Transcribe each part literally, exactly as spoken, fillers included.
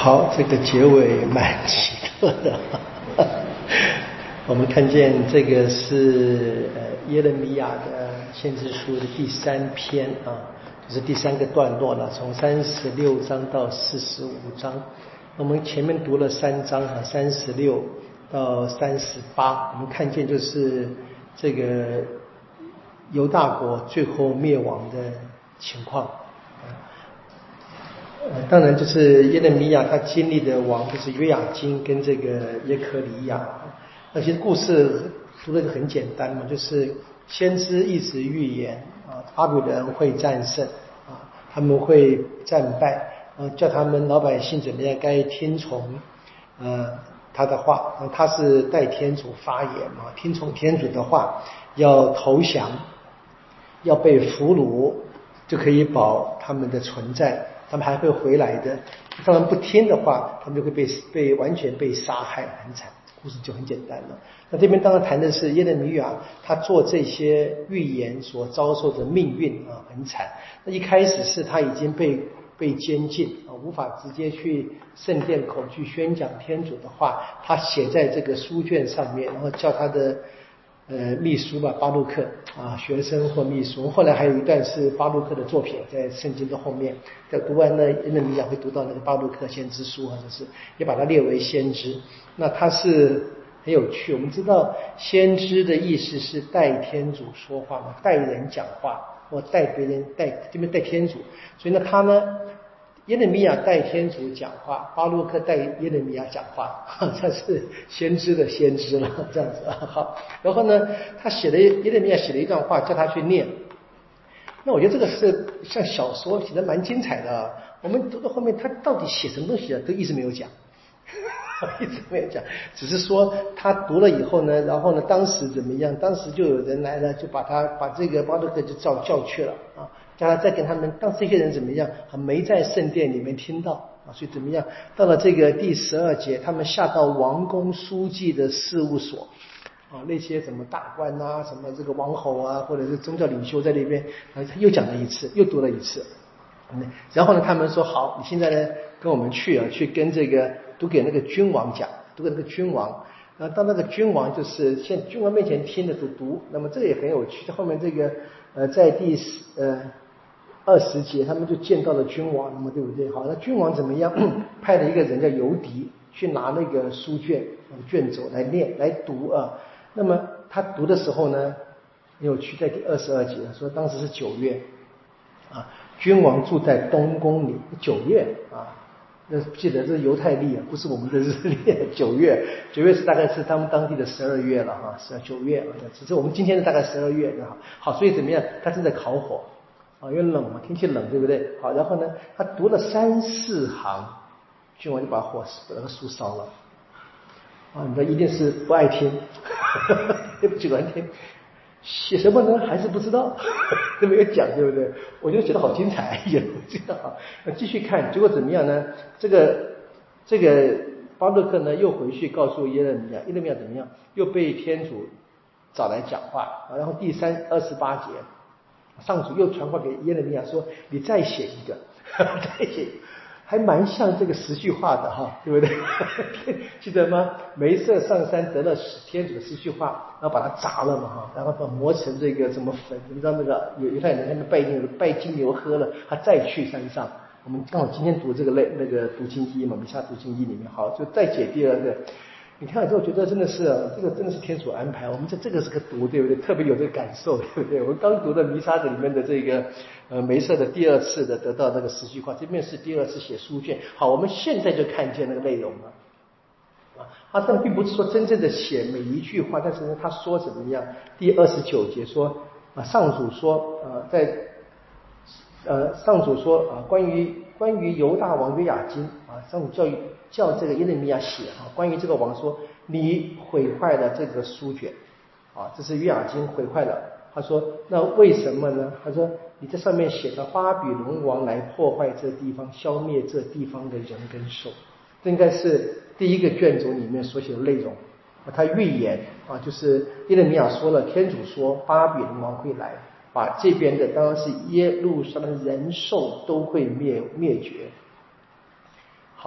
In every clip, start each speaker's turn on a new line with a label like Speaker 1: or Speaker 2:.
Speaker 1: 好，这个结尾蛮奇特的。我们看见这个是呃耶利米亚的先知书的第三篇啊，就是第三个段落了，从三十六章到四十五章。我们前面读了三章啊，三十六到三十八，我们看见就是这个犹大国最后灭亡的情况。呃，当然就是耶利米亚他经历的王就是约雅斤跟这个耶科里亚。那其实故事读的很简单嘛，就是先知一直预言啊，巴比伦会战胜啊，他们会战败啊，叫他们老百姓怎么样该听从呃他的话，啊，他是代天主发言嘛，听从天主的话，要投降，要被俘虏，就可以保他们的存在。他们还会回来的，他们不听的话，他们就会被被完全被杀害，很惨。故事就很简单了。那这边当然谈的是耶利米亚他做这些预言所遭受的命运啊，很惨。那一开始是他已经被被监禁啊，无法直接去圣殿口去宣讲天主的话，他写在这个书卷上面，然后叫他的呃，秘书吧，巴路克啊，学生或秘书。后来还有一段是巴路克的作品，在圣经的后面。在读完呢，耶利米亚会读到那个巴路克先知书啊，就是也把它列为先知。那它是很有趣。我们知道先知的意思是代天主说话嘛，代人讲话，或代别人代这边代天主。所以呢，他呢。耶利米亚代天主讲话，巴路克代耶利米亚讲话，他是先知的先知了，这样子啊。好，然后呢，他写了耶利米亚写了一段话，叫他去念。那我觉得这个是像小说，写的蛮精彩的啊。我们读到后面，他到底写什么东西啊，都一直没有讲，一直没有讲，只是说他读了以后呢，然后呢，当时怎么样？当时就有人来了，就把他把这个巴路克就叫叫去了啊。叫他再跟他们，当这些人怎么样？没在圣殿里面听到啊，所以怎么样？到了这个第十二节，他们下到王宫书记的事务所啊，那些什么大官啊，什么这个王侯啊，或者是宗教领袖在那边啊，他又讲了一次，又读了一次。然后呢，他们说好，你现在呢跟我们去啊，去跟这个读给那个君王讲，读给那个君王。然后到那个君王就是现君王面前听的读读，那么这个也很有趣。后面这个呃，在第呃。二十节，他们就见到了君王，那么对不对？好，那君王怎么样？派了一个人叫尤迪去拿那个书卷、那个卷轴来念、来读啊。那么他读的时候呢，很有趣，在第二十二节说，当时是九月啊，君王住在东宫里，九月啊，那记得这是犹太历啊，不是我们的日历。九月，九月是大概是他们当地的十二月了哈，是九月啊，只是我们今天的大概十二月哈。好，所以怎么样？他正在烤火。啊，因为冷嘛，天气冷，对不对？好，然后呢，他读了三四行，君王就把火把那个书烧了。啊，你说一定是不爱听，对不喜欢听，写什么呢？还是不知道，都没有讲，对不对？我觉得写得好精彩，也不知道。那继续看，结果怎么样呢？这个这个巴路克呢，又回去告诉耶利米亚，耶利米亚怎么样？又被天主找来讲话，然后第三二十八节。上主又传话给耶利米亚说：“你再写一个，再写，还蛮像这个时序化的哈，对不对？记得吗？梅瑟上山得了天主的时序化，然后把它砸了嘛哈，然后把它磨成这个什么粉，你知道那个犹太人他们拜牛拜金牛喝了，他再去山上。我们刚好今天读这个类那个读经一嘛，弥撒读经一里面，好，就再解第二个。”你看了之后觉得真的是啊，这个真的是天主安排。我们这这个是个读，对不对？特别有这个感受，对不对？我们刚读的弥撒里面的这个呃梅瑟的第二次的得到那个十句话，这边是第二次写书卷。好，我们现在就看见那个内容了啊。他但并不是说真正的写每一句话，但是呢，他说怎么样？第二十九节说啊，上主说呃，在呃上主说啊，关于。关于犹大王约雅斤啊，上主教育叫这个耶利米亚写啊，关于这个王说，你毁坏了这个书卷啊，这是约雅斤毁坏了。他说，那为什么呢？他说，你在上面写了巴比伦王来破坏这地方，消灭这地方的人跟兽，这应该是第一个卷轴里面所写的内容啊。他预言啊，就是耶利米亚说了，天主说巴比伦王会来。把这边的当然是耶路撒冷人兽都会灭灭绝。好，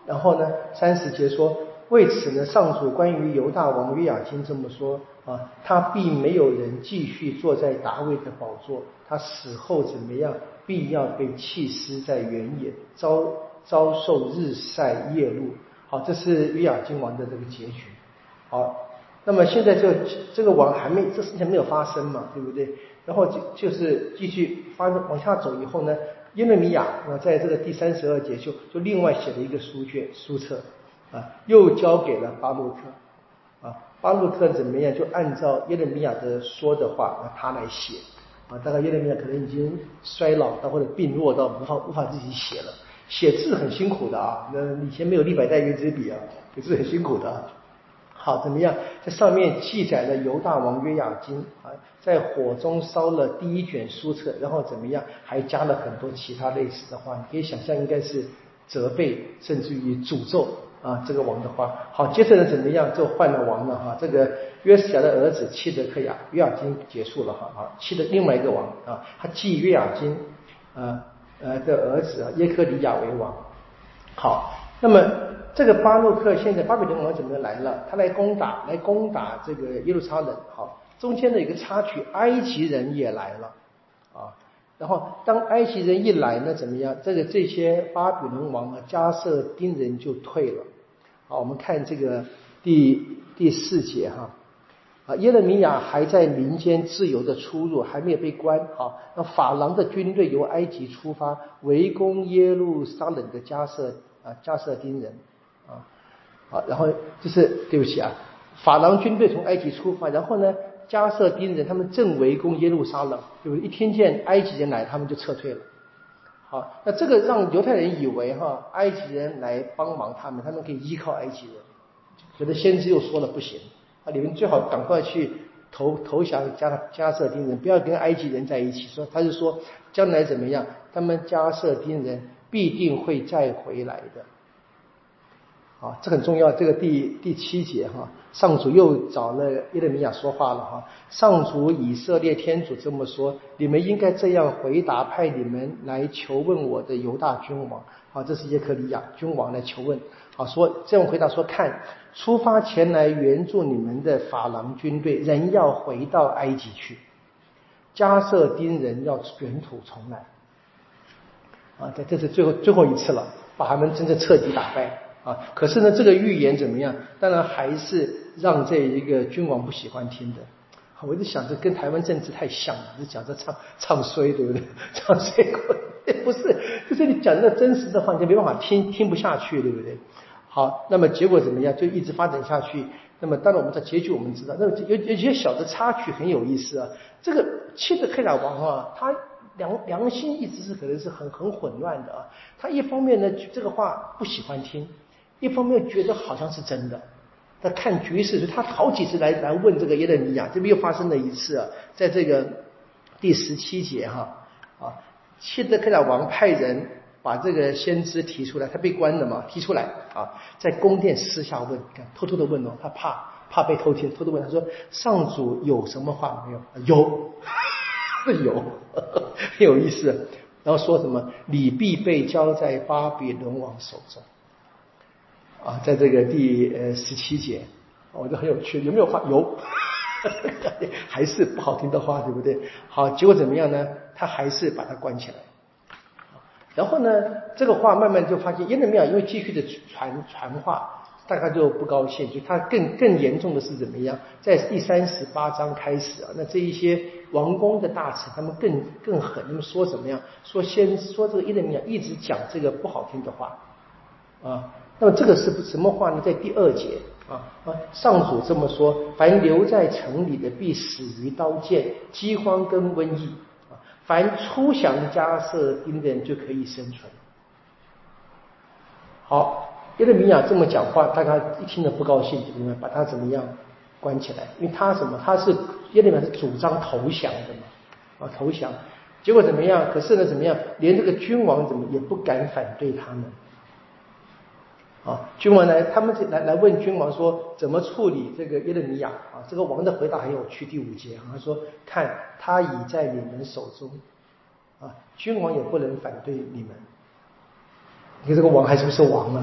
Speaker 1: 然后呢，三十节说，为此呢，上主关于犹大王约雅斤这么说啊，他必没有人继续坐在达味的宝座，他死后怎么样，必要被弃尸在原野，遭遭受日晒夜露。好，这是约雅斤王的这个结局。好，那么现在这这个王还没，这事情没有发生嘛，对不对？然后就就是继续发往下走以后呢，耶勒米亚啊，在这个第三十二节就就另外写了一个书卷书册啊，又交给了巴录克啊，巴录克怎么样？就按照耶勒米亚的说的话，他来写啊。大概耶勒米亚可能已经衰老到或者病弱到无法无法自己写了，写字很辛苦的啊。那以前没有立百代圆珠笔啊，写字很辛苦的啊。好，怎么样？在上面记载了犹大王约雅斤啊，在火中烧了第一卷书册，然后怎么样？还加了很多其他类似的话，你可以想象应该是责备，甚至于诅咒啊这个王的话。好，接着呢怎么样？就换了王了哈。这个约西亚的儿子契德克雅，约雅斤结束了哈。好，契的另外一个王啊，他继约雅斤呃呃的儿子啊耶科里亚为王。好，那么。这个巴录克现在巴比伦王怎么来了？他来攻打，来攻打这个耶路撒冷。好，中间的一个插曲，埃及人也来了啊。然后当埃及人一来呢，怎么样？这个这些巴比伦王啊，加色丁人就退了。好，我们看这个第第四节哈啊，耶勒米亚还在民间自由的出入，还没有被关。好，那法郎的军队由埃及出发，围攻耶路撒冷的加色啊加色丁人。啊，好，然后就是对不起啊，法郎军队从埃及出发，然后呢，加色丁人他们正围攻耶路撒冷，对不对？一听见埃及人来，他们就撤退了。好，那这个让犹太人以为哈，埃及人来帮忙他们，他们可以依靠埃及人。可是先知又说了不行，啊，你们最好赶快去投投降加加色丁人，不要跟埃及人在一起。说他是说将来怎么样，他们加色丁人必定会再回来的。啊，这很重要。这个第第七节哈，上主又找了耶勒米亚说话了哈。上主以色列天主这么说：你们应该这样回答派你们来求问我的犹大君王。好，这是耶克里亚君王来求问。好，说这样回答说：看，出发前来援助你们的法郎军队，人要回到埃及去，加色丁人要卷土重来。啊，这这是最后最后一次了，把他们真正彻底打败。啊，可是呢，这个预言怎么样？当然还是让这一个君王不喜欢听的。我就想着跟台湾政治太像了，就讲着唱唱衰，对不对？唱衰过，不是，就是你讲的真实的话，你就没办法听，听不下去，对不对？好，那么结果怎么样？就一直发展下去。那么当然我们在结局我们知道，那么有有些小的插曲很有意思啊。这个契德克雅王啊，他良良心一直是可能是很很混乱的啊。他一方面呢，这个话不喜欢听。一方面觉得好像是真的，他看局势，他好几次来来问这个耶勒米亚，这边又发生了一次啊，在这个第十七节哈啊，契德克雅王派人把这个先知提出来，他被关了嘛，提出来啊，在宫殿私下问，看偷偷的问哦，他怕怕被偷听，偷偷问，他说上主有什么话没有？有，有，很有意思。然后说什么你必被交在巴比伦王手中。啊，在这个第呃十七节，我觉得很有趣。有没有话？有，还是不好听的话，对不对？好，结果怎么样呢？他还是把它关起来。然后呢，这个话慢慢就发现耶勒米亚因为继续的传传话，大家就不高兴，就他更更严重的是怎么样？在第三十八章开始啊，那这一些王宫的大臣他们更更狠，他们说怎么样？说先说这个耶勒米亚一直讲这个不好听的话啊。那么这个是什么话呢？在第二节啊啊，上主这么说：凡留在城里的必死于刀剑、饥荒跟瘟疫啊；凡出降加色丁的人就可以生存。好，耶勒米亚这么讲话，大家一听了不高兴，就把他怎么样关起来？因为他什么？他是耶勒米亚是主张投降的嘛啊，投降。结果怎么样？可是呢，怎么样？连这个君王怎么也不敢反对他们。啊，君王来，他们来来问君王说怎么处理这个耶勒米亚啊？这个王的回答很有趣，第五节他说：看他已在你们手中啊，君王也不能反对你们。你看这个王还是不是王呢？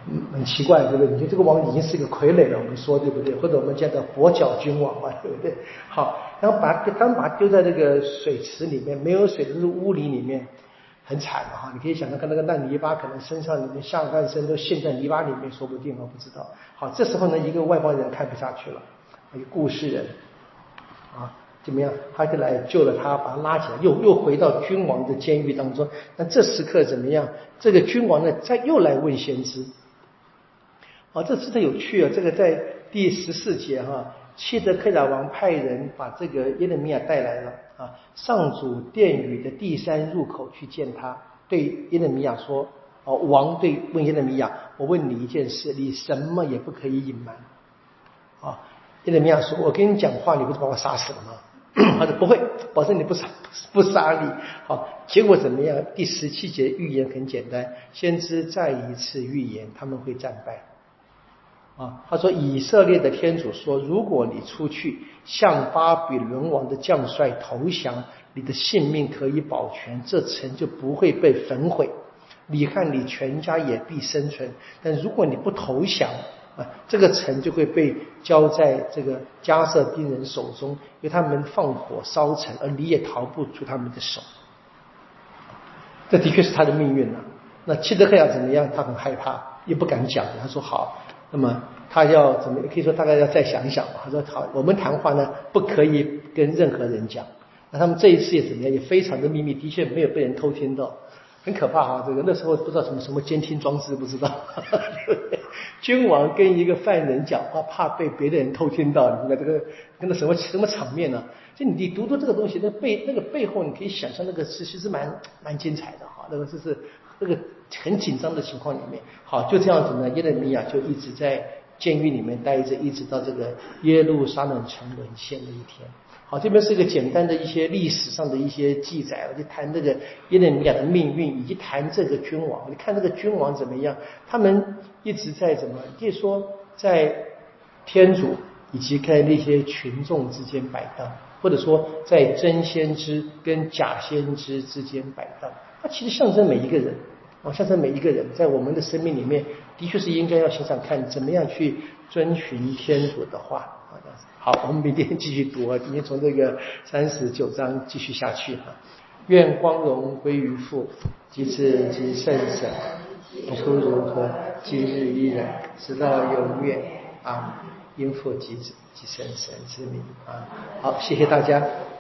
Speaker 1: 嗯，很奇怪，对不对？你觉得这个王已经是一个傀儡了，我们说对不对？或者我们叫做跛脚君王嘛，对不对？好，然后把它当把它丢在这个水池里面，没有水的这个屋里里面，很惨了哈。你可以想象，看那个烂泥巴，可能身上里面下半身都陷在泥巴里面，说不定我不知道。好，这时候呢，一个外邦人看不下去了，一个故事人啊。怎么样？他就来救了他，把他拉起来，又又回到君王的监狱当中。那这时刻怎么样？这个君王呢，再又来问先知。哦，这真的有趣啊！这个在第十四节哈，希德克雅王派人把这个耶勒米亚带来了啊，上主殿宇的第三入口去见他，对耶勒米亚说：“哦，王对问耶勒米亚，我问你一件事，你什么也不可以隐瞒。”啊，耶勒米亚说：“我跟你讲话，你不是把我杀死了吗？”他说：“不会，保证你不杀不杀你。”好，结果怎么样？第十七节预言很简单，先知再一次预言他们会战败。啊，他说以色列的天主说，如果你出去向巴比伦王的将帅投降，你的性命可以保全，这城就不会被焚毁，你和你全家也必生存。但如果你不投降啊，这个城就会被交在这个迦瑟丁人手中，因为他们放火烧城，而你也逃不出他们的手。这的确是他的命运啊。那希德克雅怎么样？他很害怕，也不敢讲。他说好。那么他要怎么？可以说大概要再想一想。他说好，我们谈话呢不可以跟任何人讲。那他们这一次也怎么样？也非常的秘密，的确没有被人偷听到，很可怕啊！这个那时候不知道什么什么监听装置，不知道。君王跟一个犯人讲话，怕被别的人偷听到，你看这个跟那什么什么场面呢、啊？就你读读这个东西，那背那个背后，你可以想象那个是其实蛮蛮精彩的哈。那个就是那个很紧张的情况里面，好，就这样子呢，耶勒米亚就一直在监狱里面待着，一直到这个耶路撒冷城沦陷那一天。好，这边是一个简单的一些历史上的一些记载，我就谈这个耶勒米亚的命运，以及谈这个君王。你看这个君王怎么样？他们一直在怎么，可以说在天主以及在那些群众之间摆荡，或者说在真先知跟假先知之间摆荡。它其实象征每一个人，哦，象征每一个人在我们的生命里面，的确是应该要想想看，怎么样去遵循天主的话。好，我们明天继续读啊，今天从这个三十九章继续下去啊。愿光荣归于父及子及圣神，初如何，今日依然，直到永远啊！因父及子及圣神之名啊。好，谢谢大家。